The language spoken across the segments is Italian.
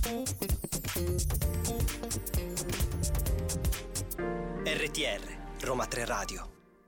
RTR Roma 3 Radio.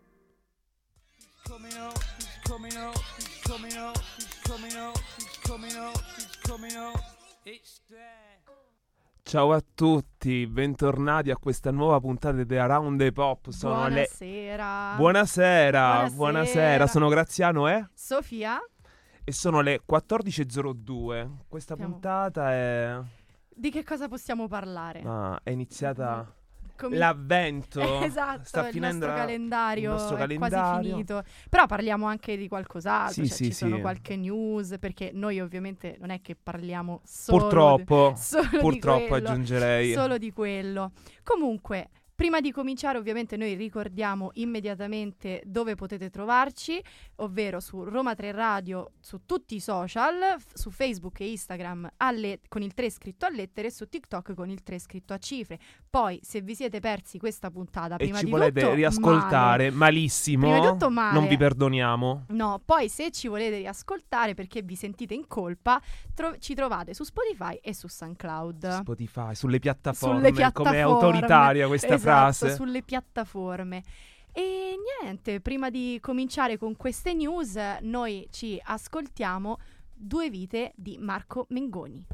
Ciao a tutti, bentornati a questa nuova puntata di Around the Pop. Buonasera. Buonasera, sono Graziano e Sofia. E sono le 14.02. Questa puntata è... Di che cosa possiamo parlare? È iniziata... L'avvento. Esatto, sta finendo il calendario. nostro calendario è quasi finito. Però parliamo anche di qualcos'altro, ci sono qualche news, perché noi ovviamente non è che parliamo solo purtroppo di quello, aggiungerei solo di quello. Comunque, prima di cominciare ovviamente noi ricordiamo immediatamente dove potete trovarci, ovvero su Roma 3 Radio, su tutti i social, su Facebook e Instagram con il 3 scritto a lettere e su TikTok con il 3 scritto a cifre. Poi se vi siete persi questa puntata prima e di ci volete tutto, riascoltare, malissimo, prima di tutto male. Non vi perdoniamo. No, poi se ci volete riascoltare perché vi sentite in colpa, ci trovate su Spotify e su SoundCloud. Spotify, sulle piattaforme. Come è autoritaria questa esatto, frase. Sulle piattaforme. E niente, prima di cominciare con queste news, noi ci ascoltiamo Due vite di Marco Mengoni.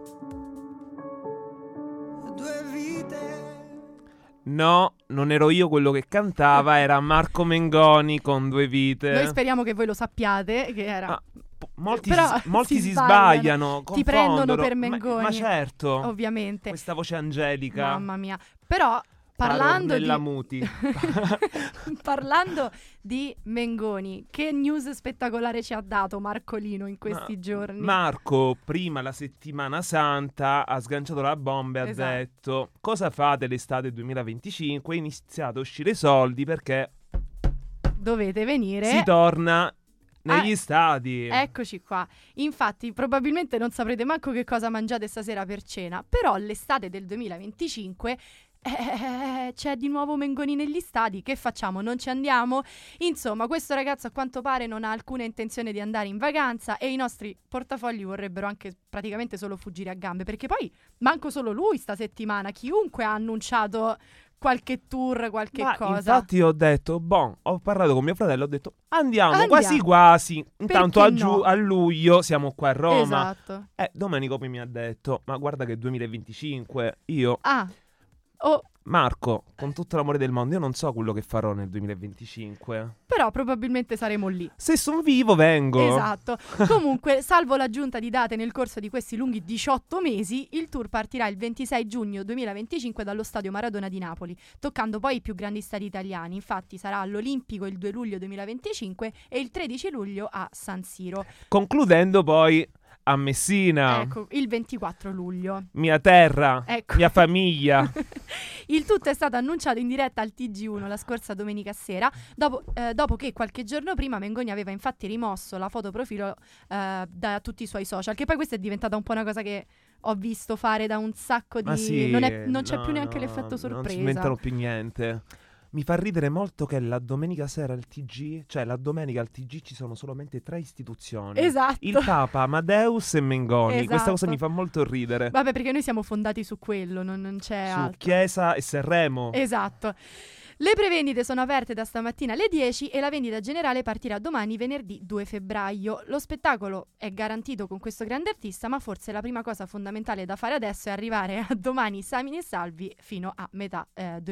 Due vite. No, non ero io quello che cantava, era Marco Mengoni con Due vite. Noi speriamo che voi lo sappiate, che era... Molti si sbagliano, ti prendono per Mengoni. Ma certo, ovviamente. Questa voce angelica. Mamma mia. Però... Parlando di Mengoni, che news spettacolare ci ha dato Marcolino in questi giorni? Marco, prima la settimana santa, ha sganciato la bomba e ha detto: cosa fate l'estate 2025? È iniziato a uscire soldi perché dovete venire. Si torna negli stadi. Eccoci qua. Infatti probabilmente non saprete manco che cosa mangiate stasera per cena, però l'estate del 2025... c'è di nuovo Mengoni negli stadi. Che facciamo? Non ci andiamo? Insomma, questo ragazzo a quanto pare non ha alcuna intenzione di andare in vacanza e i nostri portafogli vorrebbero anche praticamente solo fuggire a gambe, perché poi manco solo lui sta settimana, chiunque ha annunciato qualche tour, qualche cosa. Infatti ho detto, ho parlato con mio fratello, ho detto andiamo. Quasi quasi. Intanto a luglio siamo qua a Roma. Esatto. Domenico poi mi ha detto: ma guarda che 2025 io... Marco, con tutto l'amore del mondo, io non so quello che farò nel 2025. Però probabilmente saremo lì. Se sono vivo vengo. Esatto. Comunque, salvo l'aggiunta di date nel corso di questi lunghi 18 mesi, il tour partirà il 26 giugno 2025 dallo Stadio Maradona di Napoli, toccando poi i più grandi stadi italiani. Infatti sarà all'Olimpico il 2 luglio 2025 e il 13 luglio a San Siro. Concludendo poi a Messina. Ecco, il 24 luglio. Mia terra, mia famiglia. Il tutto è stato annunciato in diretta al TG1 la scorsa domenica sera, dopo che qualche giorno prima Mengoni aveva infatti rimosso la foto profilo da tutti i suoi social, che poi questa è diventata un po' una cosa che ho visto fare da un sacco di... non c'è più neanche l'effetto sorpresa. Non ci inventano più niente. Mi fa ridere molto che la domenica sera al TG, cioè la domenica al TG ci sono solamente 3 istituzioni. Esatto. Il Papa, Amadeus e Mengoni. Esatto. Questa cosa mi fa molto ridere. Vabbè, perché noi siamo fondati su quello, non c'è altro. Su Chiesa e Sanremo. Esatto. Le prevendite sono aperte da stamattina alle 10 e la vendita generale partirà domani, venerdì 2 febbraio. Lo spettacolo è garantito con questo grande artista, ma forse la prima cosa fondamentale da fare adesso è arrivare a domani sani e salvi fino a metà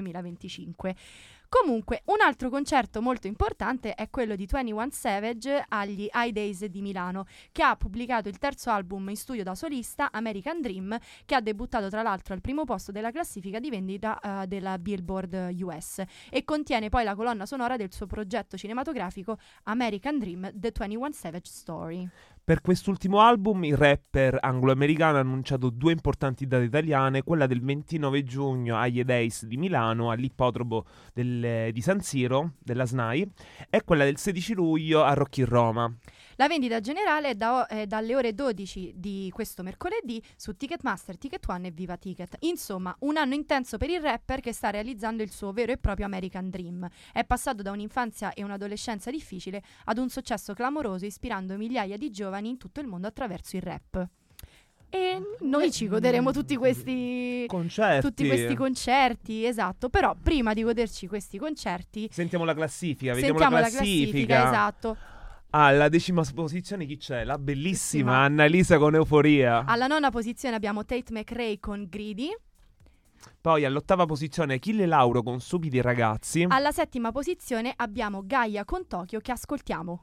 2025. Comunque, un altro concerto molto importante è quello di 21 Savage agli High Days di Milano, che ha pubblicato il terzo album in studio da solista, American Dream, che ha debuttato tra l'altro al primo posto della classifica di vendita della Billboard US e contiene poi la colonna sonora del suo progetto cinematografico American Dream, The 21 Savage Story. Per quest'ultimo album il rapper anglo-americano ha annunciato 2 importanti date italiane, quella del 29 giugno agli Days di Milano all'ippodromo di San Siro della SNAI e quella del 16 luglio a Rock in Roma. La vendita generale è dalle ore 12 di questo mercoledì su Ticketmaster, Ticket One e Viva Ticket. Insomma, un anno intenso per il rapper che sta realizzando il suo vero e proprio American Dream. È passato da un'infanzia e un'adolescenza difficile ad un successo clamoroso, ispirando migliaia di giovani in tutto il mondo attraverso il rap. e noi ci goderemo tutti questi concerti, esatto. Però prima di goderci questi concerti sentiamo la classifica, vediamo sentiamo la classifica. esatto. Alla 10ª posizione chi c'è? La bellissima Annalisa con Euforia. Alla 9ª posizione abbiamo Tate McRae con Greedy. Poi all'8ª posizione Achille Lauro con Stupidi ragazzi. Alla 7ª posizione abbiamo Gaia con Tokyo, che ascoltiamo.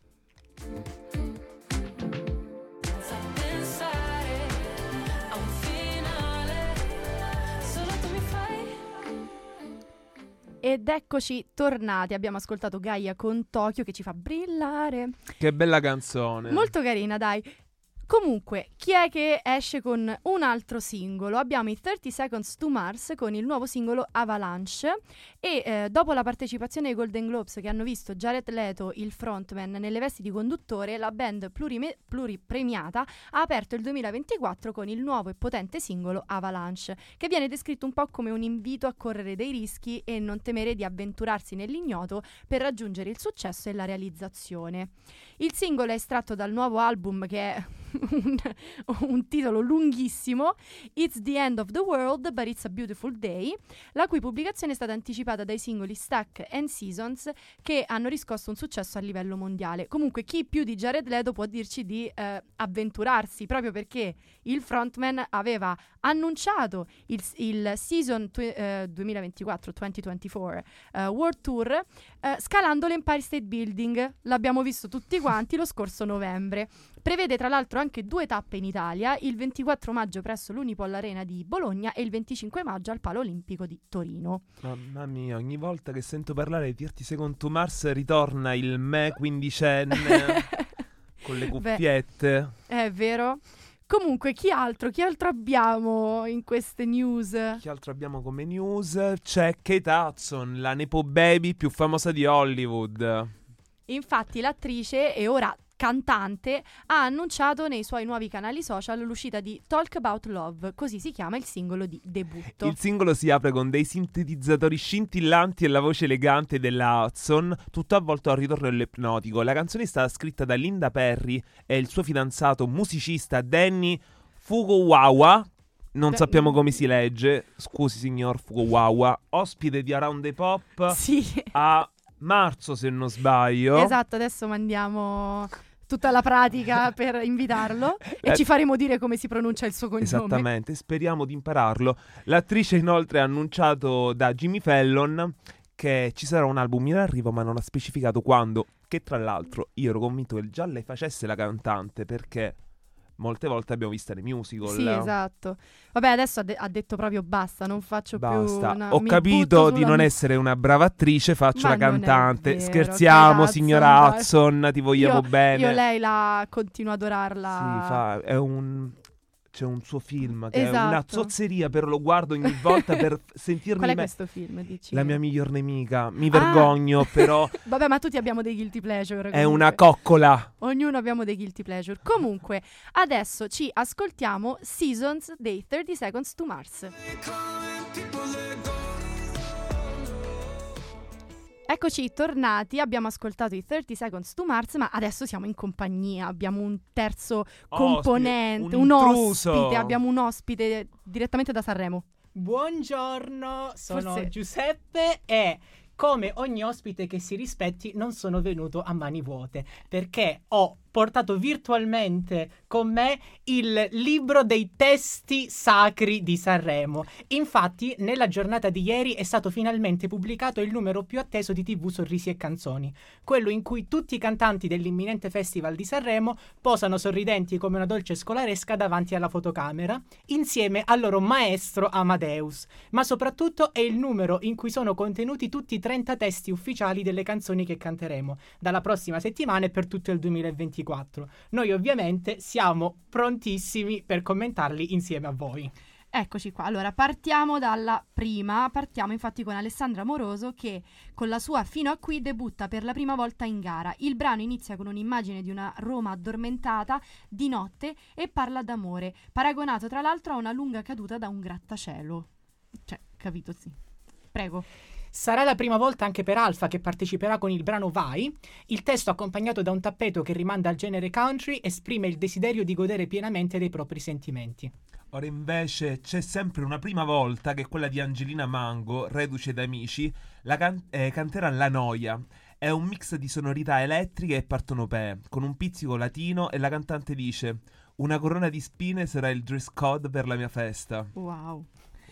Ed eccoci tornati, abbiamo ascoltato Gaia con Tokyo che ci fa brillare. Che bella canzone. Molto carina, dai. Comunque, chi è che esce con un altro singolo? Abbiamo i 30 Seconds to Mars con il nuovo singolo Avalanche e dopo la partecipazione ai Golden Globes che hanno visto Jared Leto, il frontman, nelle vesti di conduttore, la band pluripremiata ha aperto il 2024 con il nuovo e potente singolo Avalanche, che viene descritto un po' come un invito a correre dei rischi e non temere di avventurarsi nell'ignoto per raggiungere il successo e la realizzazione. Il singolo è estratto dal nuovo album che è un titolo lunghissimo, It's the End of the World but It's a Beautiful Day, la cui pubblicazione è stata anticipata dai singoli Stack and Seasons, che hanno riscosso un successo a livello mondiale. Comunque chi più di Jared Leto può dirci di avventurarsi, proprio perché il frontman aveva annunciato il Season 2024 World Tour scalando l'Empire State Building. L'abbiamo visto tutti quanti lo scorso novembre. Prevede tra l'altro anche 2 tappe in Italia, il 24 maggio presso l'Unipol Arena di Bologna e il 25 maggio al Palo Olimpico di Torino. Mamma mia, ogni volta che sento parlare di 30 Seconds to Mars ritorna il me quindicenne con le cuffiette. È vero. Comunque, chi altro abbiamo in queste news? Chi altro abbiamo come news? C'è Kate Hudson, la nepo baby più famosa di Hollywood. Infatti l'attrice e ora cantante ha annunciato nei suoi nuovi canali social l'uscita di Talk About Love, così si chiama il singolo di debutto. Il singolo si apre con dei sintetizzatori scintillanti e la voce elegante della Hudson, tutto avvolto al ritornello ipnotico. La canzone è stata scritta da Linda Perry e il suo fidanzato musicista Danny Fukuwawa. Non sappiamo come si legge, scusi signor Fukuwawa, ospite di Around the Pop a marzo se non sbaglio. Esatto, adesso mandiamo tutta la pratica per invitarlo e ci faremo dire come si pronuncia il suo cognome. Esattamente, speriamo di impararlo. L'attrice inoltre ha annunciato da Jimmy Fallon che ci sarà un album in arrivo, ma non ha specificato quando, che tra l'altro io ero convinto che già lei facesse la cantante, perché molte volte abbiamo visto nei musical. Sì, esatto. Vabbè, adesso ha detto proprio basta, non faccio più Ho capito di non essere una brava attrice, faccio la cantante. Scherziamo, signora Hudson, ti vogliamo bene. Io lei la continuo ad adorarla. Sì, c'è un suo film che è una zozzeria, però lo guardo ogni volta per sentirmi. Qual è questo film? Dici? La mia miglior nemica. Mi vergogno, però. Vabbè, ma tutti abbiamo dei guilty pleasure. Comunque. È una coccola. Ognuno abbiamo dei guilty pleasure. Comunque, adesso ci ascoltiamo Seasons dei 30 Seconds to Mars. Eccoci tornati, abbiamo ascoltato i 30 Seconds to Mars, ma adesso siamo in compagnia, abbiamo un terzo componente, un ospite, abbiamo un ospite direttamente da Sanremo. Buongiorno, sono Giuseppe e come ogni ospite che si rispetti non sono venuto a mani vuote, perché ho portato virtualmente con me il libro dei testi sacri di Sanremo. Infatti, nella giornata di ieri è stato finalmente pubblicato il numero più atteso di TV Sorrisi e Canzoni, quello in cui tutti i cantanti dell'imminente Festival di Sanremo posano sorridenti come una dolce scolaresca davanti alla fotocamera, insieme al loro maestro Amadeus. Ma soprattutto è il numero in cui sono contenuti tutti i 30 testi ufficiali delle canzoni che canteremo dalla prossima settimana e per tutto il 2024. Noi ovviamente siamo prontissimi per commentarli insieme a voi. Eccoci qua, allora partiamo dalla prima, partiamo infatti con Alessandra Moroso che con la sua Fino a qui debutta per la prima volta in gara. Il brano inizia con un'immagine di una Roma addormentata di notte e parla d'amore, paragonato tra l'altro a una lunga caduta da un grattacielo. Cioè, capito? Sì. Prego. Sarà la prima volta anche per Alfa, che parteciperà con il brano Vai. Il testo, accompagnato da un tappeto che rimanda al genere country, esprime il desiderio di godere pienamente dei propri sentimenti. Ora invece c'è sempre una prima volta, che è quella di Angelina Mango, reduce da Amici, canterà La Noia. È un mix di sonorità elettriche e partonopee, con un pizzico latino, e la cantante dice: una corona di spine sarà il dress code per la mia festa. Wow.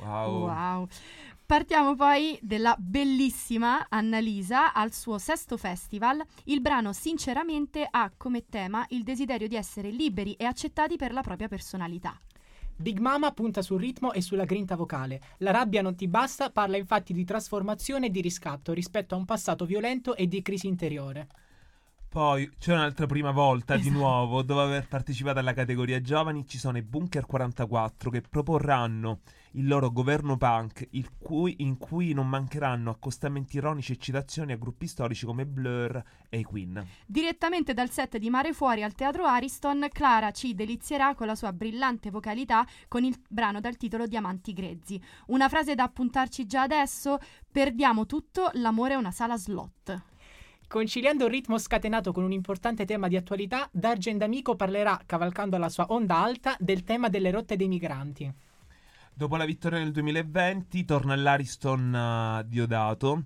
Wow. Partiamo poi della bellissima Annalisa al suo 6º festival. Il brano Sinceramente ha come tema il desiderio di essere liberi e accettati per la propria personalità. Big Mama punta sul ritmo e sulla grinta vocale. La rabbia non ti basta parla infatti di trasformazione e di riscatto rispetto a un passato violento e di crisi interiore. Poi c'è un'altra prima volta di nuovo, dopo aver partecipato alla categoria giovani, ci sono i Bunker 44 che proporranno il loro governo punk, in cui non mancheranno accostamenti ironici e citazioni a gruppi storici come Blur e i Queen. Direttamente dal set di Mare Fuori al Teatro Ariston, Clara ci delizierà con la sua brillante vocalità con il brano dal titolo Diamanti grezzi. Una frase da appuntarci già adesso: perdiamo tutto, l'amore è una sala slot. Conciliando il ritmo scatenato con un importante tema di attualità, D'Argent Amico parlerà, cavalcando la sua onda alta, del tema delle rotte dei migranti. Dopo la vittoria nel 2020 torna all'Ariston Diodato.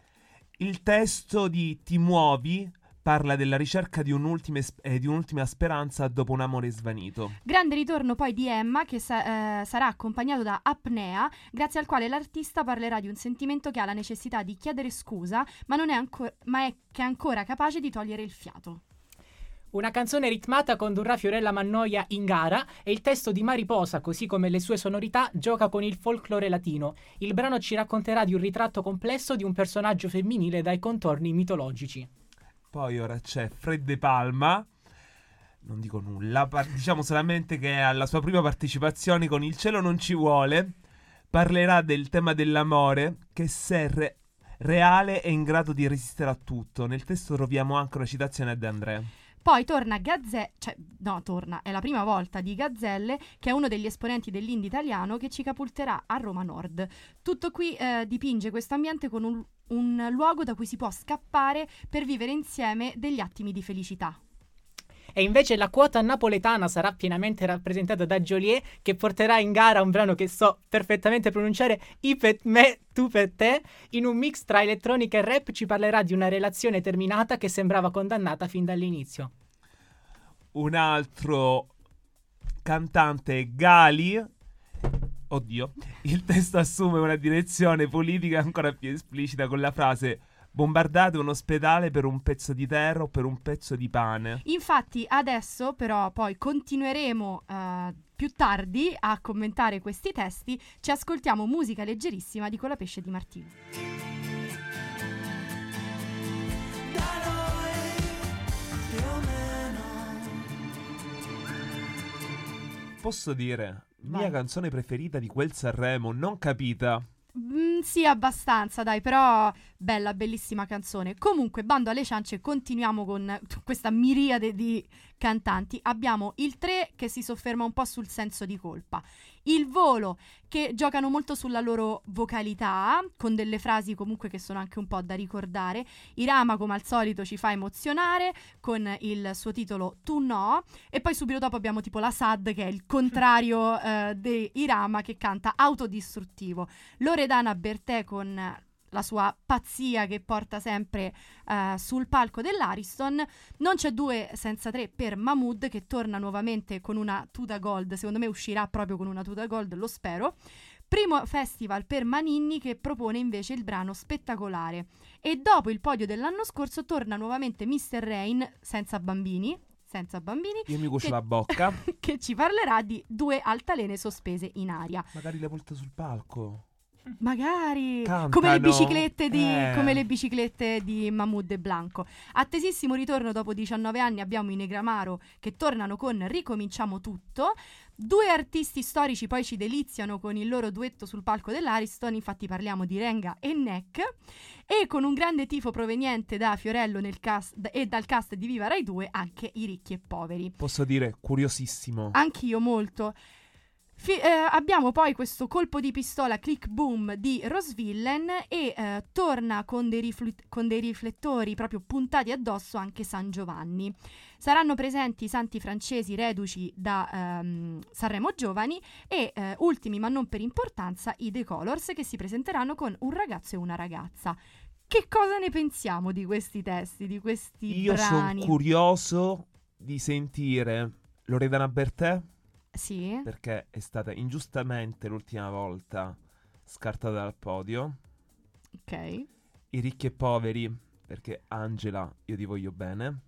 Il testo di Ti muovi parla della ricerca di un'ultima speranza dopo un amore svanito. Grande ritorno poi di Emma, che sarà accompagnato da Apnea, grazie al quale l'artista parlerà di un sentimento che ha la necessità di chiedere scusa, ma è che è ancora capace di togliere il fiato. Una canzone ritmata condurrà Fiorella Mannoia in gara e il testo di Mariposa, così come le sue sonorità, gioca con il folklore latino. Il brano ci racconterà di un ritratto complesso di un personaggio femminile dai contorni mitologici. Poi ora c'è Fred De Palma, non dico nulla, diciamo solamente che alla sua prima partecipazione con Il cielo non ci vuole parlerà del tema dell'amore, che se reale è in grado di resistere a tutto. Nel testo troviamo anche una citazione a De André. Poi torna è la prima volta di Gazzelle, che è uno degli esponenti dell'indie italiano, che ci catapulterà a Roma Nord. Tutto qui dipinge questo ambiente con un luogo da cui si può scappare per vivere insieme degli attimi di felicità. E invece la quota napoletana sarà pienamente rappresentata da Joliet, che porterà in gara un brano che so perfettamente pronunciare, I per me, tu per te. In un mix tra elettronica e rap ci parlerà di una relazione terminata che sembrava condannata fin dall'inizio. Un altro cantante è Gali. Oddio, il testo assume una direzione politica ancora più esplicita con la frase: bombardate un ospedale per un pezzo di terra o per un pezzo di pane. Infatti adesso però poi continueremo più tardi a commentare questi testi. Ci ascoltiamo musica leggerissima di Colapesce di Martino. Da noi più o meno. Posso dire, Vai. mia canzone preferita di quel Sanremo, non capita. Sì, abbastanza, dai, però bella, bellissima canzone. Comunque, bando alle ciance, continuiamo con questa miriade di cantanti. Abbiamo il 3 che si sofferma un po' sul senso di colpa, il Volo che giocano molto sulla loro vocalità, con delle frasi comunque che sono anche un po' da ricordare. Irama, come al solito, ci fa emozionare con il suo titolo Tu no, e poi subito dopo abbiamo tipo la Sad, che è il contrario di Irama, che canta autodistruttivo. Loredana Bertè con la sua pazzia che porta sempre sul palco dell'Ariston. Non c'è 2 senza 3 per Mahmood, che torna nuovamente con una tuta gold. Secondo me uscirà proprio con una tuta gold, lo spero. Primo festival per Maninni, che propone invece il brano Spettacolare. E dopo il podio dell'anno scorso torna nuovamente Mr. Rain senza bambini. Io mi cuocio la bocca. Che ci parlerà di 2 altalene sospese in aria. Magari le porta sul palco. Magari Cantano. come le biciclette di Mahmood e Blanco. Attesissimo ritorno dopo 19 anni abbiamo i Negramaro, che tornano con Ricominciamo tutto. 2 artisti storici poi ci deliziano con il loro duetto sul palco dell'Ariston, infatti parliamo di Renga e Neck, e con un grande tifo proveniente da Fiorello nel cast e dal cast di Viva Rai 2 anche i Ricchi e Poveri. Posso dire, curiosissimo. Anch'io molto. Abbiamo poi questo colpo di pistola click boom di Rose Villain e torna con dei riflettori proprio puntati addosso anche San Giovanni. Saranno presenti i santi francesi reduci da Sanremo Giovani e ultimi ma non per importanza i The Colors, che si presenteranno con un ragazzo e una ragazza. Che cosa ne pensiamo di questi testi, di questi brani? Io sono curioso di sentire Loredana Bertè, Sì. perché è stata ingiustamente l'ultima volta scartata dal podio. Ok. I ricchi e poveri, perché Angela, io ti voglio bene.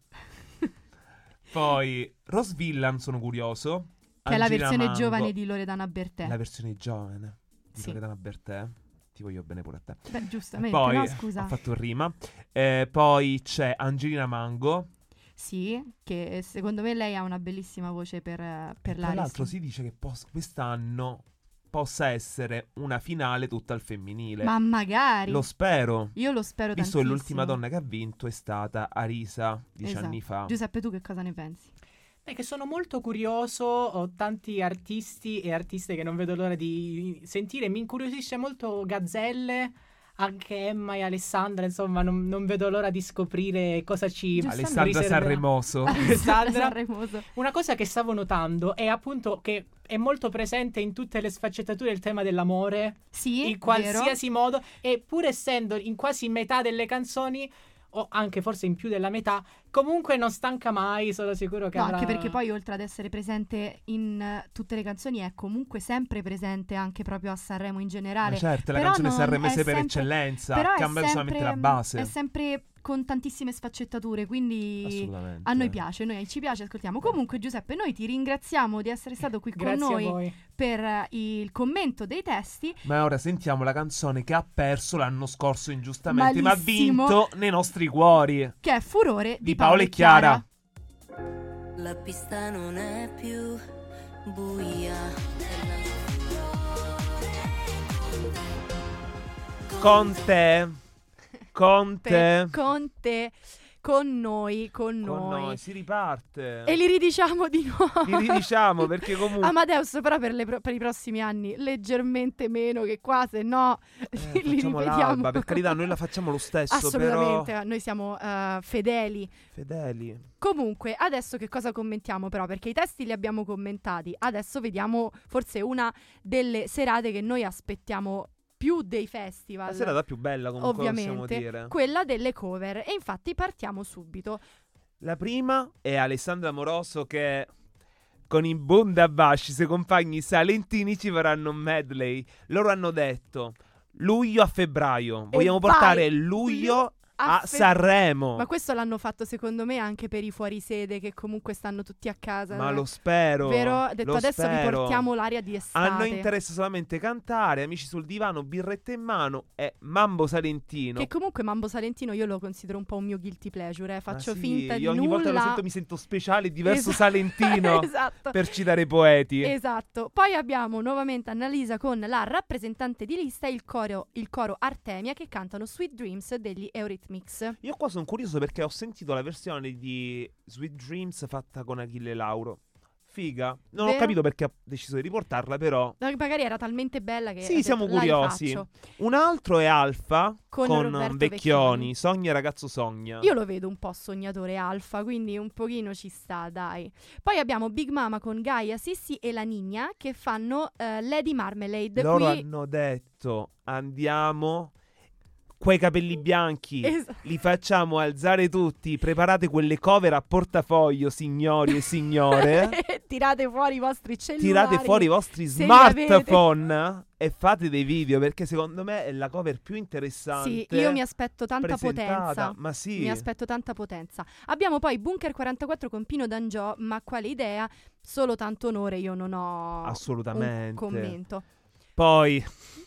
Poi Rose Villain, sono curioso. Che è la Angela versione Mango, giovane di Loredana Bertè. la versione giovane di Sì. Loredana Bertè. Ti voglio bene pure a te. Beh, giustamente, Poi no, scusa. ho fatto rima. Poi c'è Angelina Mango. Sì, che secondo me lei ha una bellissima voce per Tra l'Aris. l'altro si dice che quest'anno possa essere una finale tutta al femminile. Ma magari. Lo spero. Io lo spero Visto che tantissimo. l'ultima donna che ha vinto è stata Arisa 10 Esatto. anni fa. Giuseppe, tu che cosa ne pensi? È che sono molto curioso, ho tanti artisti e artiste che non vedo l'ora di sentire, mi incuriosisce molto Gazzelle, anche Emma e Alessandra, insomma non vedo l'ora di scoprire cosa ci Alessandra riserverà. Sanremoso. Alessandra. Sanremoso. Una cosa che stavo notando è appunto che è molto presente in tutte le sfaccettature il tema dell'amore, Sì, in qualsiasi vero? modo, e pur essendo in quasi metà delle canzoni, o anche forse in più della metà, comunque non stanca mai, sono sicuro che No, avrà... anche perché poi oltre ad essere presente in tutte le canzoni è comunque sempre presente anche proprio a Sanremo in generale. Ma certo, è la Però canzone non sanremese è per sempre- eccellenza. Però è Cambia solamente la base. È sempre con tantissime sfaccettature, quindi Assolutamente. a noi piace, ci piace, ascoltiamo. Comunque Giuseppe, noi ti ringraziamo di essere stato qui con Grazie a noi voi. per il commento dei testi. Ma ora sentiamo la canzone che ha perso l'anno scorso ingiustamente, ma ha Malissimo. vinto nei nostri cuori. Che è Furore di Paola e Chiara. La pista non è più buia. Con te. Con te. Con te, con noi, Con noi. Si riparte. E li ridiciamo di nuovo. Li ridiciamo perché comunque Amadeus però per i prossimi anni leggermente meno, che qua se no li facciamo ripetiamo. l'alba. Per carità, noi la facciamo lo stesso. Assolutamente, Però noi siamo fedeli. fedeli. Comunque, adesso che cosa commentiamo però? Perché i testi li abbiamo commentati. Adesso vediamo forse una delle serate che noi aspettiamo più dei festival. La serata più bella comunque possiamo ovviamente, dire. quella delle cover. E infatti partiamo subito. La prima è Alessandra Moroso che con i Bundabash, i suoi compagni salentini, ci faranno un medley. Loro hanno detto luglio a febbraio. Vogliamo vai! portare luglio a Sanremo. Ma questo l'hanno fatto secondo me anche per i fuorisede che comunque stanno tutti a casa. Ma lo spero. Vero? Detto lo adesso vi spero. portiamo l'aria di estate. A noi interessa solamente cantare, amici sul divano, birretta in mano e Mambo Salentino. Che comunque Mambo Salentino io lo considero un po' un mio guilty pleasure. Ma Faccio sì, finta di io ogni nulla. volta lo sento mi sento speciale, diverso Esatto. salentino. Esatto. Per citare i poeti. Esatto. Poi abbiamo nuovamente Annalisa con la rappresentante di lista e il coro Artemia che cantano Sweet Dreams degli Eurythmics. Io qua sono curioso perché ho sentito la versione di Sweet Dreams fatta con Achille Lauro. Figa. Non ho Vero? capito perché ha deciso di riportarla, però. Magari era talmente bella che Sì, ha detto, siamo "La curiosi. rifaccio". Un altro è Alfa Con con Roberto Vecchioni. Sogna ragazzo sogna. Io lo vedo un po' sognatore alfa, quindi un pochino ci sta, dai. Poi abbiamo Big Mama con Gaia, Sissi e la Nina che fanno Lady Marmalade. Loro Qui hanno detto andiamo. Quei capelli bianchi li facciamo alzare tutti. Preparate quelle cover a portafoglio, signori e signore. Tirate fuori i vostri cellulari. Tirate fuori i vostri se li avete. smartphone e fate dei video, perché secondo me è la cover più interessante. Sì, io mi aspetto tanta presentata. potenza. Ma sì. Mi aspetto tanta potenza. Abbiamo poi Bunker 44 con Pino D'Angiò, ma quale idea? Solo tanto onore, io non ho Assolutamente. un commento. Poi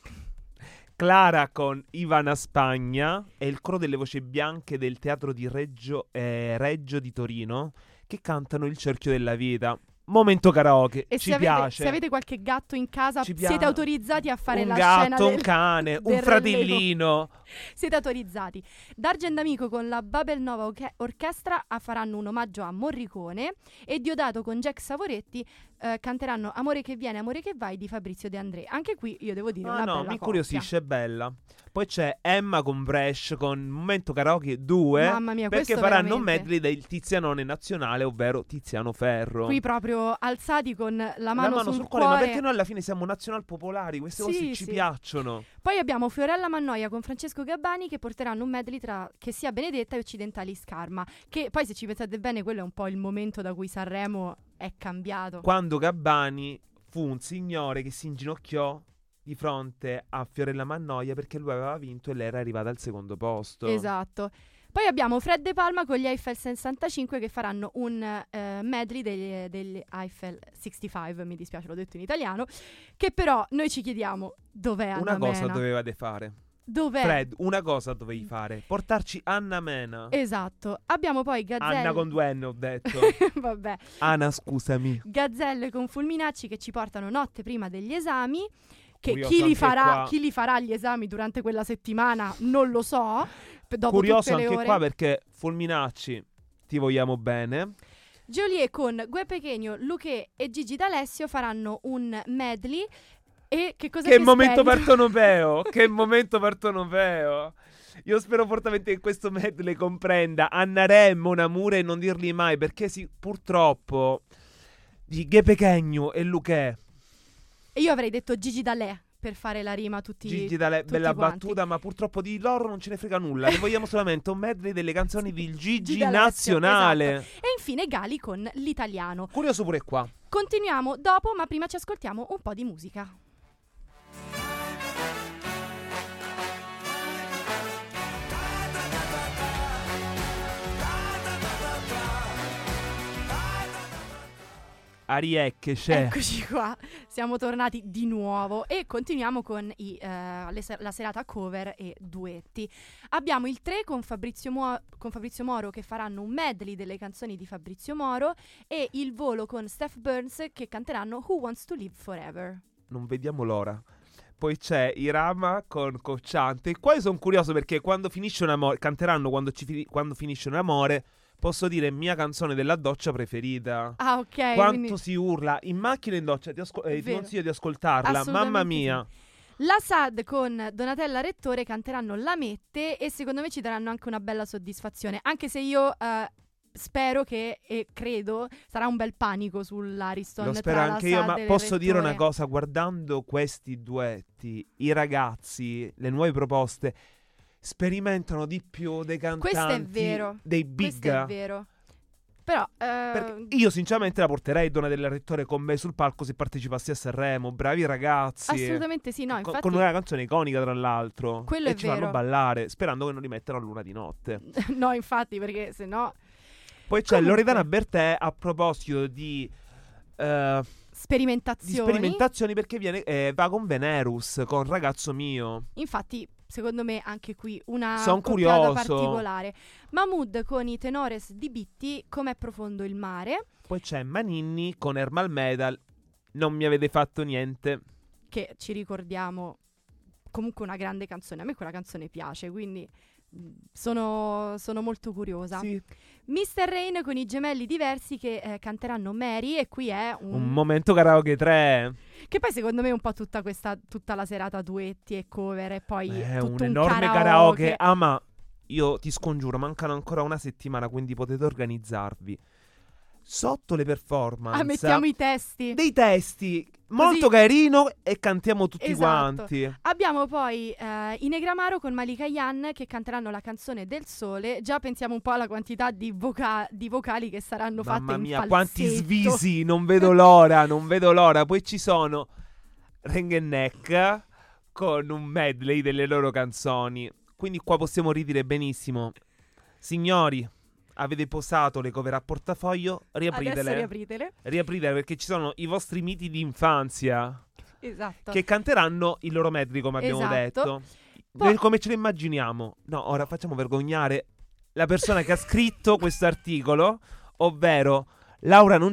Clara con Ivana Spagna e il coro delle voci bianche del teatro di Reggio di Torino che cantano Il cerchio della vita. momento karaoke. E Ci se piace. avete qualche gatto in casa, Ci siete pia- autorizzati a fare un la gatto, scena un cane, del un fratellino. Siete autorizzati. D'Argent Amico con la Babel Nova Orchestra faranno un omaggio a Morricone e Diodato con Jack Savoretti canteranno Amore che viene, amore che vai di Fabrizio De André. Anche qui io devo dire una no, bella mi coppia. incuriosisce, è bella. Poi c'è Emma con Bresh con Momento Karaoke 2. Mamma mia, perché questo faranno un veramente. medley del Tizianone nazionale, ovvero Tiziano Ferro. Qui proprio alzati con la mano, sul cuore. Ma cuore. perché noi alla fine siamo nazional popolari, queste cose ci Sì. piacciono. Poi abbiamo Fiorella Mannoia con Francesco Gabbani che porteranno un medley tra Che sia Benedetta e Occidentali Scarma. Che poi, se ci pensate bene, quello è un po' il momento da cui Sanremo è cambiato. Quando Gabbani fu un signore che si inginocchiò di fronte a Fiorella Mannoia perché lui aveva vinto e lei era arrivata al secondo posto. Esatto. Poi abbiamo Fred De Palma con gli Eiffel 65 che faranno un medley degli Eiffel 65, mi dispiace, l'ho detto in italiano, che però noi ci chiediamo dov'è Anna Una cosa Mena? dovevate fare. Dov'è? Fred, una cosa dovevi fare. Portarci Anna Mena. Esatto. Abbiamo poi Gazzelle. Anna con 2 N ho detto. Vabbè. Anna, scusami. Gazzelle con Fulminacci che ci portano notte prima degli esami. Che Curioso chi li farà gli esami durante quella settimana non lo so. Dopo Curioso tutte le anche ore. qua perché Fulminacci, ti vogliamo bene. Joliet con Gue Pequeno, Luché e Gigi D'Alessio faranno un medley. E che cosa Che ti momento speri? partonopeo. Che momento partonopeo. Io spero fortemente che questo medley comprenda Anna Re, Mon Amour e Non dirgli mai, perché purtroppo di Gue Pequeno e Luché. E io avrei detto Gigi D'Alè per fare la rima a tutti. Gigi D'Alè, tutti bella quanti. battuta, ma purtroppo di loro non ce ne frega nulla. Ne vogliamo solamente un medley delle canzoni di Gigi D'Alessio, nazionale. esatto. E infine Gali con l'italiano. Curioso pure qua. Continuiamo dopo, ma prima ci ascoltiamo un po' di musica. Ariecche c'è. Eccoci qua, siamo tornati di nuovo e continuiamo con la serata cover e duetti. Abbiamo il 3 con Fabrizio Moro che faranno un medley delle canzoni di Fabrizio Moro e il Volo con Steph Burns che canteranno Who Wants to Live Forever. Non vediamo l'ora. Poi c'è Irama con Cocciante. Qua io sono curioso perché quando finisce un amore, canteranno quando finisce un amore. Posso dire mia canzone della doccia preferita. Ah, ok. Quanto quindi si urla in macchina e in doccia. Ti vero. consiglio di ascoltarla. Assolutamente Mamma mia. sì. La SAD con Donatella Rettore canteranno La Mette e secondo me ci daranno anche una bella soddisfazione. Anche se io spero che, e credo, sarà un bel panico sull'Ariston. Lo spero tra la anche io, SAD ma e posso dire una Rettore. cosa, guardando questi duetti, i ragazzi, le nuove proposte, sperimentano di più dei cantanti, Questo è vero. dei big. Questo è vero. Però Perché io sinceramente la porterei Donatella Rettore con me sul palco se partecipassi a Sanremo, bravi ragazzi. assolutamente sì, no, Con- infatti con una canzone iconica tra l'altro. Quello e è ci vero. fanno ballare, sperando che non li mettano a luna di notte. no, infatti, perché se no Poi c'è Comunque. Loredana Bertè a proposito di sperimentazioni perché va con Venerus, con Ragazzo mio. infatti secondo me anche qui una Son coppiata curioso. particolare. Mahmood con i tenores di Bitti, Com'è profondo il mare, Poi c'è Maninni con Ermal Medal, Non mi avete fatto niente. che ci ricordiamo comunque una grande canzone. A me quella canzone piace, quindi sono molto curiosa. Sì. Mr. Rain con i gemelli diversi che canteranno Mary e qui è Un momento karaoke 3. che poi secondo me è un po' tutta la serata duetti e cover e poi È tutto un enorme karaoke. karaoke. Ah, ma io ti scongiuro, mancano ancora una settimana, quindi potete organizzarvi. Sotto le performance mettiamo i testi. dei testi molto Così. carino e cantiamo tutti Esatto. quanti. Abbiamo poi i Negramaro con Malika Yan che canteranno la canzone del sole. Già pensiamo un po' alla quantità di vocali che saranno fatte Mamma in mia, falsetto. quanti svisi, non vedo l'ora, non vedo l'ora. Poi ci sono Reng Neck con un medley delle loro canzoni. Quindi qua possiamo ridire benissimo. Signori, avete posato le cover a portafoglio, Adesso riapritele. Riapritele perché ci sono i vostri miti di infanzia Esatto. che canteranno il loro medley, come abbiamo Esatto. detto. Poi- Noi come ce lo immaginiamo? No, ora facciamo vergognare la persona che ha scritto questo articolo, ovvero Laura non c'è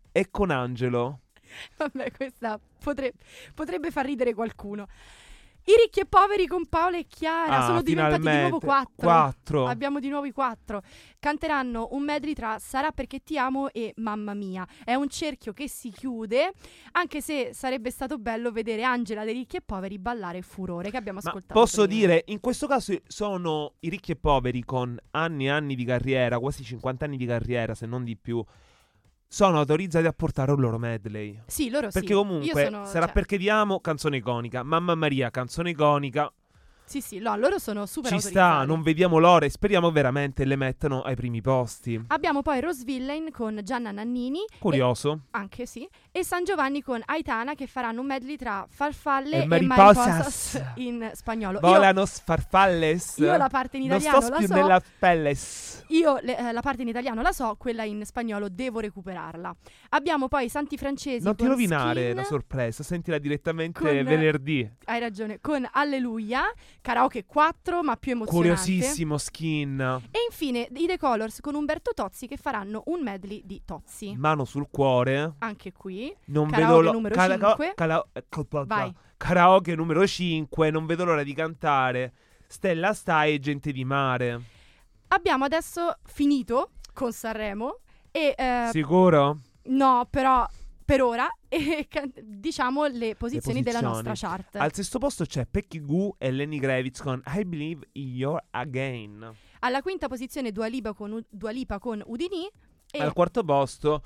e con Angelo. Vabbè, questa potrebbe far ridere qualcuno. I ricchi e poveri con Paola e Chiara sono diventati di nuovo 4. Abbiamo di nuovo i 4. Canteranno un medley tra Sarà perché ti amo e Mamma mia. È un cerchio che si chiude, anche se sarebbe stato bello vedere Angela dei ricchi e poveri ballare Furore, che abbiamo ascoltato. Posso prima. dire, in questo caso sono i ricchi e poveri con anni e anni di carriera, quasi 50 anni di carriera, se non di più. Sono autorizzati a portare un loro medley. Sì, loro Perché sì. comunque Io sono, Sarà perché ti amo, canzone iconica. Mamma Maria, canzone iconica. Sì, no, loro sono super Ci autorizzati. sta, non vediamo l'ora e speriamo veramente le mettano ai primi posti. Abbiamo poi Rose Villain con Gianna Nannini. Curioso. Anche sì. E San Giovanni con Aitana, che faranno un medley tra farfalle E e mariposas. mariposas in spagnolo. Volano farfalles. Io la parte in italiano non sto la più so. nella pelles. Io la parte in italiano la so, quella in spagnolo devo recuperarla. Abbiamo poi Santi Francesi Non ti con rovinare Skin. la sorpresa, sentila direttamente Con- venerdì. Hai ragione, con Alleluia, karaoke 4, ma più emozionante. Curiosissimo Skin. E infine i The Colors con Umberto Tozzi, che faranno un medley di Tozzi. Mano sul cuore. Anche qui. Non Karaoke vedo numero 5. Vai. Karaoke numero 5. Non vedo l'ora di cantare. Stella stai e gente di mare. Abbiamo adesso finito con Sanremo e Sicuro? no, però per ora diciamo le posizioni della nostra chart. Al sesto posto c'è Peggy Goo e Lenny Kravitz con I Believe You're Again. Alla quinta posizione Dua Lipa con Udini e Al quarto posto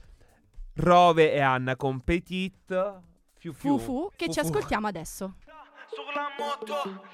Rove e Anna con Petit Fufu, che ci ascoltiamo adesso. Sulla moto,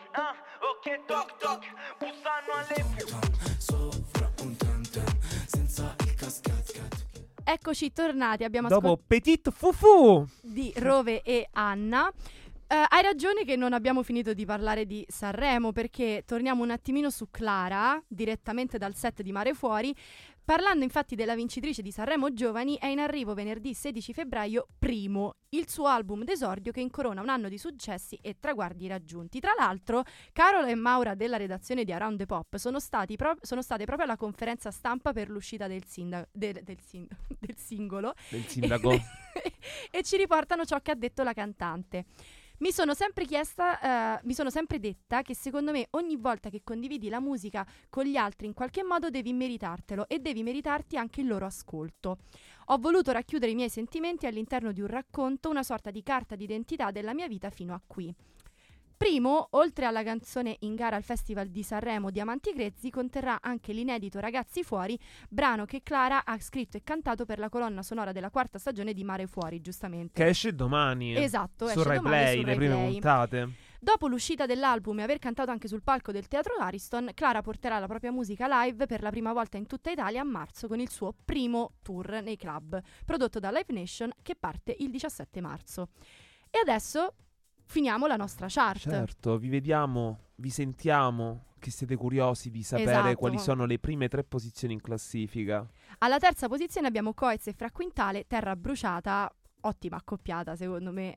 ok toc toc, bussano alle sopra un tantan, senza il cascat. Eccoci tornati, abbiamo Dopo Petit Fufu. di Rove e Anna. Hai ragione che non abbiamo finito di parlare di Sanremo, perché torniamo un attimino su Clara, direttamente dal set di Mare Fuori. Parlando infatti della vincitrice di Sanremo Giovani, è in arrivo venerdì 16 febbraio Primo, il suo album d'esordio che incorona un anno di successi e traguardi raggiunti. Tra l'altro, Carola e Maura della redazione di Around the Pop sono state proprio alla conferenza stampa per l'uscita del singolo. Del sindaco. E ci riportano ciò che ha detto la cantante. Mi sono sempre detta che secondo me ogni volta che condividi la musica con gli altri in qualche modo devi meritartelo e devi meritarti anche il loro ascolto. Ho voluto racchiudere i miei sentimenti all'interno di un racconto, una sorta di carta d'identità della mia vita fino a qui. Primo, oltre alla canzone in gara al Festival di Sanremo Diamanti Grezzi, conterrà anche l'inedito Ragazzi Fuori, brano che Clara ha scritto e cantato per la colonna sonora della quarta stagione di Mare Fuori, giustamente. Che esce domani. Esatto, su esce Rai domani Play, su le Rai prime Play. puntate. Dopo l'uscita dell'album e aver cantato anche sul palco del Teatro Ariston, Clara porterà la propria musica live per la prima volta in tutta Italia a marzo con il suo primo tour nei club, prodotto da Live Nation, che parte il 17 marzo. E adesso finiamo la nostra chart. Certo, vi vediamo, vi sentiamo, che siete curiosi di sapere Esatto. quali sono le prime 3 posizioni in classifica. Alla terza posizione abbiamo Coez e Fra Quintale, Terra Bruciata, ottima accoppiata secondo me,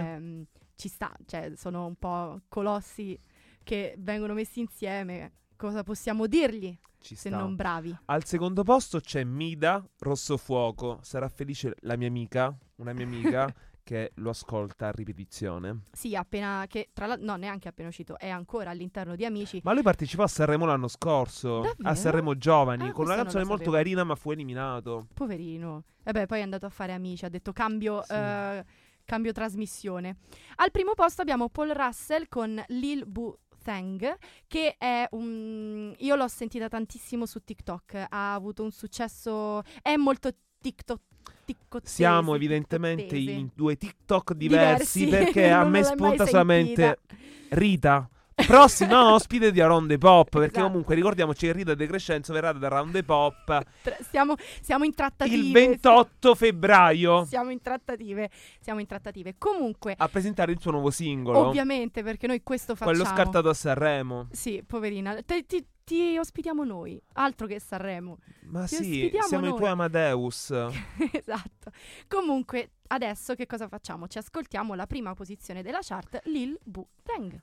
ci sta, cioè sono un po' colossi che vengono messi insieme, cosa possiamo dirgli Ci se sta. non bravi? Al secondo posto c'è Mida, Rosso Fuoco. Sarà felice la mia amica, una mia amica, che lo ascolta a ripetizione. Sì, appena che tra l'altro no, neanche appena uscito, è ancora all'interno di Amici. Ma lui partecipò a Sanremo l'anno scorso, Davvero? a Sanremo Giovani, Ah, con una questo non canzone lo molto sapevo. carina, ma fu eliminato. Poverino. E beh, poi è andato a fare Amici, ha detto cambio Sì. cambio trasmissione. Al primo posto abbiamo Paul Russell con Lil Bu Thang, che è io l'ho sentita tantissimo su TikTok, ha avuto un successo, è molto tiktokese. Siamo evidentemente in 2 TikTok diversi perché a Non me l'ho mai spunta solamente sentita. Rita. Prossima ospite di Around the Pop, perché Esatto. comunque ricordiamoci che Rita De Crescenzo verrà da Around the Pop Siamo in trattative. il 28 febbraio Siamo in trattative. Comunque, a presentare il suo nuovo singolo, ovviamente, perché noi questo facciamo. quello scartato a Sanremo. Sì, poverina. Ti ospitiamo noi, altro che Sanremo. Ma Ti sì, ospitiamo siamo i noi. tuoi Amadeus. Esatto. Comunque, adesso che cosa facciamo? Ci ascoltiamo la prima posizione della chart, Lil Bu Thang.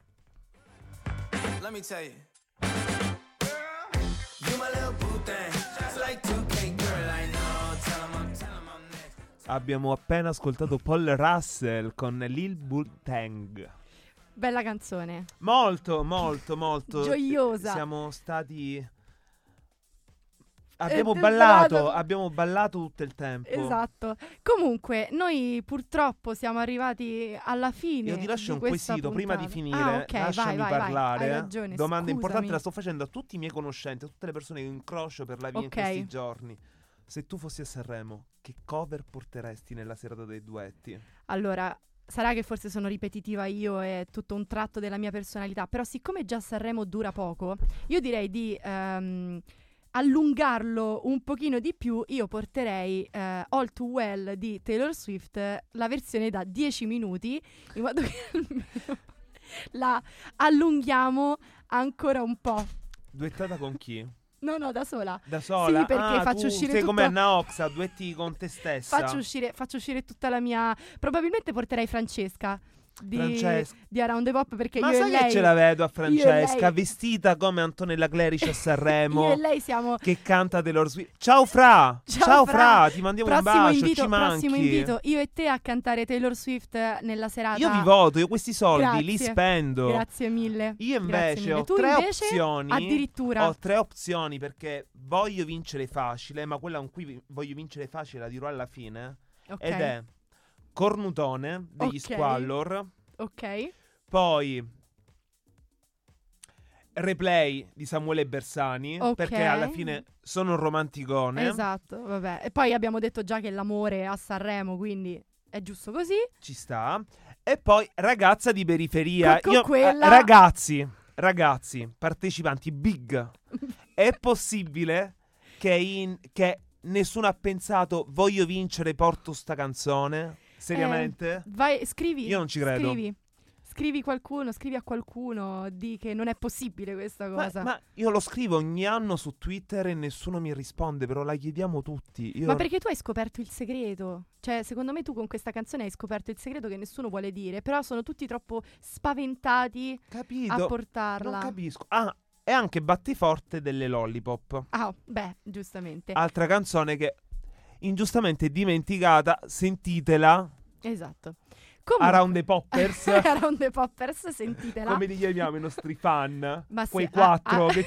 Let me tell you. You my little boo thing. It's like 2K, girl, I know. Tell 'em I'm next. Abbiamo appena ascoltato Paul Russell con Lil Butang. Bella canzone. Molto, molto, molto Gioiosa. Siamo stati... Abbiamo ballato tutto il tempo. Esatto. Comunque, noi purtroppo siamo arrivati alla fine. Io ti lascio un questa quesito puntata. prima di finire. Ok, Lasciami vai, parlare. Hai ragione, Domanda scusami. importante, la sto facendo a tutti i miei conoscenti, a tutte le persone che incrocio per la via in questi giorni. Se tu fossi a Sanremo, che cover porteresti nella serata dei duetti? Allora, sarà che forse sono ripetitiva io, è tutto un tratto della mia personalità, però siccome già Sanremo dura poco, io direi di allungarlo un pochino di più. Io porterei All Too Well di Taylor Swift, la versione da 10 minuti, in modo che la allunghiamo ancora un po'. Duettata con chi? No, da sola. Da sola? Sì, perché faccio uscire sei tutto... come Anna Oxa, duetti con te stessa. Faccio uscire tutta la mia... Probabilmente porterei Francesca di Around the Pop, perché ma io e sai lei... che ce la vedo a Francesca, lei... vestita come Antonella Clerici a Sanremo. Io e lei siamo... Che canta Taylor Swift. Ciao Fra! Ciao Fra! Ti mandiamo un bacio, ci manchi. Prossimo invito, io e te a cantare Taylor Swift nella serata. Io vi voto, io questi soldi Grazie. li spendo. Grazie mille. Io invece ho tu tre invece, opzioni. Addirittura. Ho 3 opzioni perché voglio vincere facile, ma quella con cui voglio vincere facile la dirò alla fine. Okay. Ed è Cornutone degli Squallor. Ok. Poi Replay di Samuele Bersani, perché alla fine sono un romanticone. Esatto, vabbè. E poi abbiamo detto già che l'amore a Sanremo, quindi è giusto così. Ci sta. E poi Ragazza di Periferia. Quella... Ragazzi, partecipanti big. È possibile che nessuno ha pensato voglio vincere, porto sta canzone? Seriamente? Vai, scrivi. Io non ci credo. Scrivi a qualcuno, di che non è possibile questa cosa. Ma io lo scrivo ogni anno su Twitter e nessuno mi risponde, però la chiediamo tutti. Ma perché tu hai scoperto il segreto? Cioè, secondo me tu con questa canzone hai scoperto il segreto che nessuno vuole dire, però sono tutti troppo spaventati a portarla. Non capisco. Ah, e anche Battiforte delle Lollipop. Ah, beh, giustamente. Altra canzone che ingiustamente dimenticata, sentitela. Esatto. Comunque, Around the Poppers. Around the Poppers, sentitela. Come li chiamiamo i nostri fan? Ma quei 4 che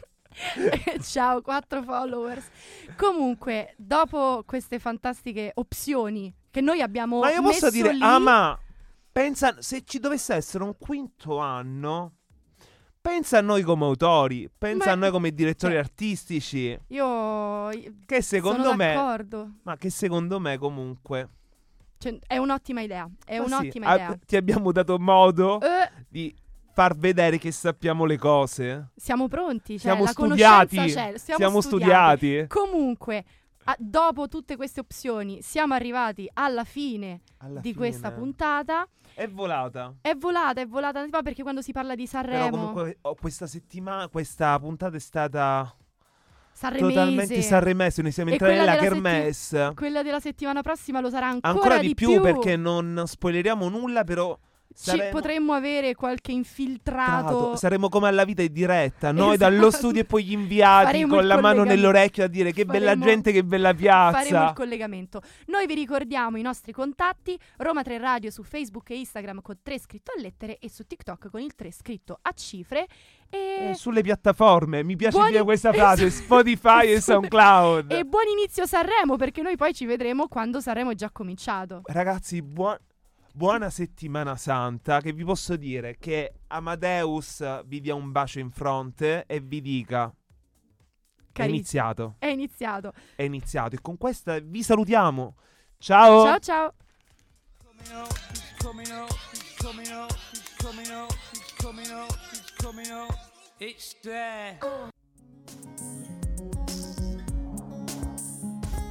Ciao, 4 followers. Comunque, dopo queste fantastiche opzioni che noi abbiamo messo lì... Ma io posso dire, ma pensa, se ci dovesse essere un quinto anno... Pensa a noi come autori, pensa a noi come direttori artistici. Io che secondo sono me, d'accordo. Ma che secondo me comunque, cioè, è un'ottima idea. È ma un'ottima idea. Ti abbiamo dato modo di far vedere che sappiamo le cose. Siamo pronti. Cioè, siamo la studiati. C'è. Siamo studiati. Comunque, dopo tutte queste opzioni, siamo arrivati alla fine di questa puntata. È volata, perché quando si parla di Sanremo... Però comunque questa settimana, questa puntata è stata totalmente sanremese. Noi siamo entrati nella kermesse. Quella della settimana prossima lo sarà ancora di più, perché non spoileriamo nulla, però... potremmo avere qualche infiltrato. Saremo come alla vita in diretta, noi dallo studio e poi gli inviati con la mano nell'orecchio a dire che bella gente, che bella piazza. Faremo il collegamento. Noi vi ricordiamo i nostri contatti: Roma 3 Radio su Facebook e Instagram con 3 scritto a lettere, e su TikTok con il 3 scritto a cifre. E sulle piattaforme, mi piace dire questa frase, Spotify e SoundCloud. E buon inizio Sanremo, perché noi poi ci vedremo quando Sanremo è già cominciato. Ragazzi, buona settimana santa, che vi posso dire che Amadeus vi dia un bacio in fronte e vi dica è iniziato. È iniziato. E con questa vi salutiamo. Ciao. Ciao.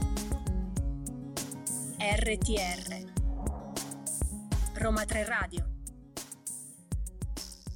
RTR Roma 3 Radio.